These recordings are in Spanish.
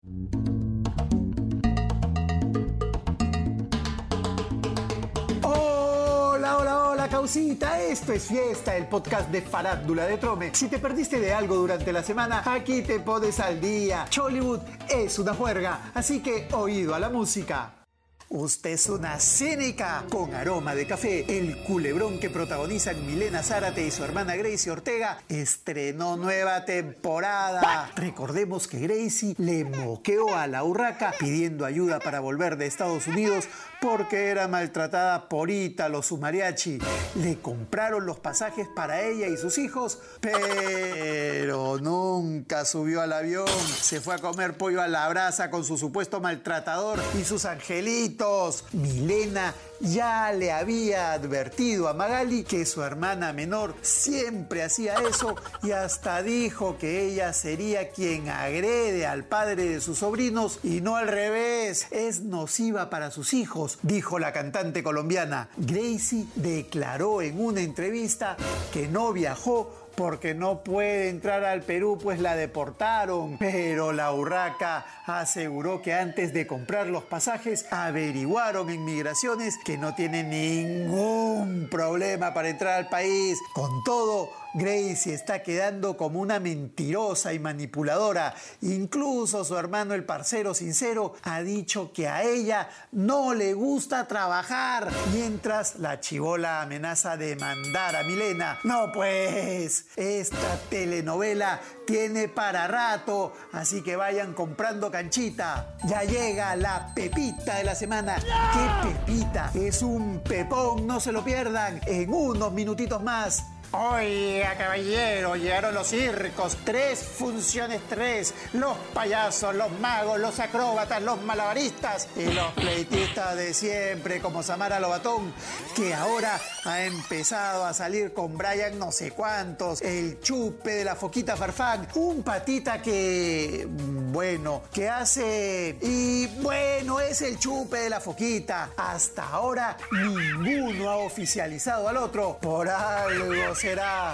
Hola, causita, esto es Fiesta, el podcast de Farándula de Trome. Si te perdiste de algo durante la semana, aquí te pones al día. Chollywood es una juerga, así que oído a la música. Usted es una cínica con aroma de café. El culebrón que protagonizan Milena Zárate y su hermana Gracie Ortega estrenó nueva temporada. Recordemos que Gracie le moqueó a la urraca pidiendo ayuda para volver de Estados Unidos porque era maltratada por Ítalo, su mariachi. Le compraron los pasajes para ella y sus hijos, pero nunca subió al avión. Se fue a comer pollo a la brasa con su supuesto maltratador y sus angelitos. Milena ya le había advertido a Magali que su hermana menor siempre hacía eso y hasta dijo que ella sería quien agrede al padre de sus sobrinos y no al revés. Es nociva para sus hijos, dijo la cantante colombiana. Gracie declaró en una entrevista que no viajó porque no puede entrar al Perú, pues la deportaron. Pero la urraca aseguró que antes de comprar los pasajes averiguaron en migraciones que no tiene ningún problema para entrar al país. Con todo, Gracie está quedando como una mentirosa y manipuladora. Incluso su hermano, el parcero sincero, ha dicho que a ella no le gusta trabajar, mientras la chibola amenaza demandar a Milena. No pues, esta telenovela tiene para rato, así que vayan comprando canchita. Ya llega la pepita de la semana. ¡Qué pepita! Es un pepón, no se lo pierdan. En unos minutitos más. Oiga, caballero, llegaron los circos, 3 funciones, 3, los payasos, los magos, los acróbatas, los malabaristas y los pleitistas de siempre, como Samara Lobatón, que ahora ha empezado a salir con Brian no sé cuántos, el chupe de la foquita Farfán, un patita que, que hace, y bueno, es el chupe de la foquita. Hasta ahora ninguno ha oficializado al otro, por algo será.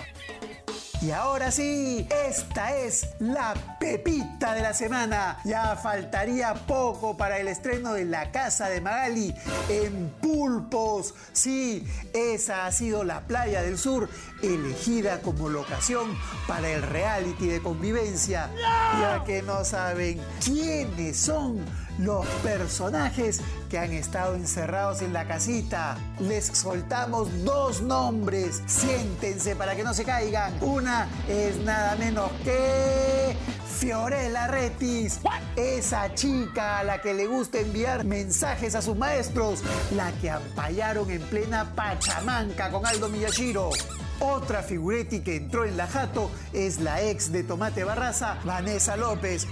Y ahora sí, esta es la pepita de la semana. Ya faltaría poco para el estreno de La Casa de Magali en Pulpos. Sí, esa ha sido la playa del sur elegida como locación para el reality de convivencia. Ya que no saben quiénes son los personajes que han estado encerrados en la casita. Les soltamos 2 nombres. Siéntense para que no se caigan. Una es nada menos que Fiorella Rettis, esa chica a la que le gusta enviar mensajes a sus maestros, la que ampallaron en plena Pachamanca con Aldo Miyashiro. Otra figuretti que entró en la jato es la ex de Tomate Barraza, Vanessa López.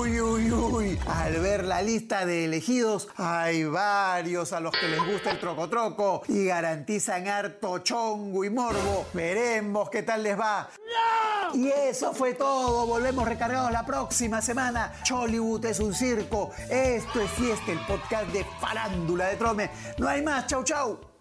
Uy. Al ver la lista de elegidos, hay varios a los que les gusta el troco y garantizan harto chongo y morbo. Veremos qué tal les va. ¡No! Y eso fue todo. Volvemos recargados la próxima semana. Chollywood es un circo. Esto es Fiesta, el podcast de Farándula de Trome. No hay más. Chau.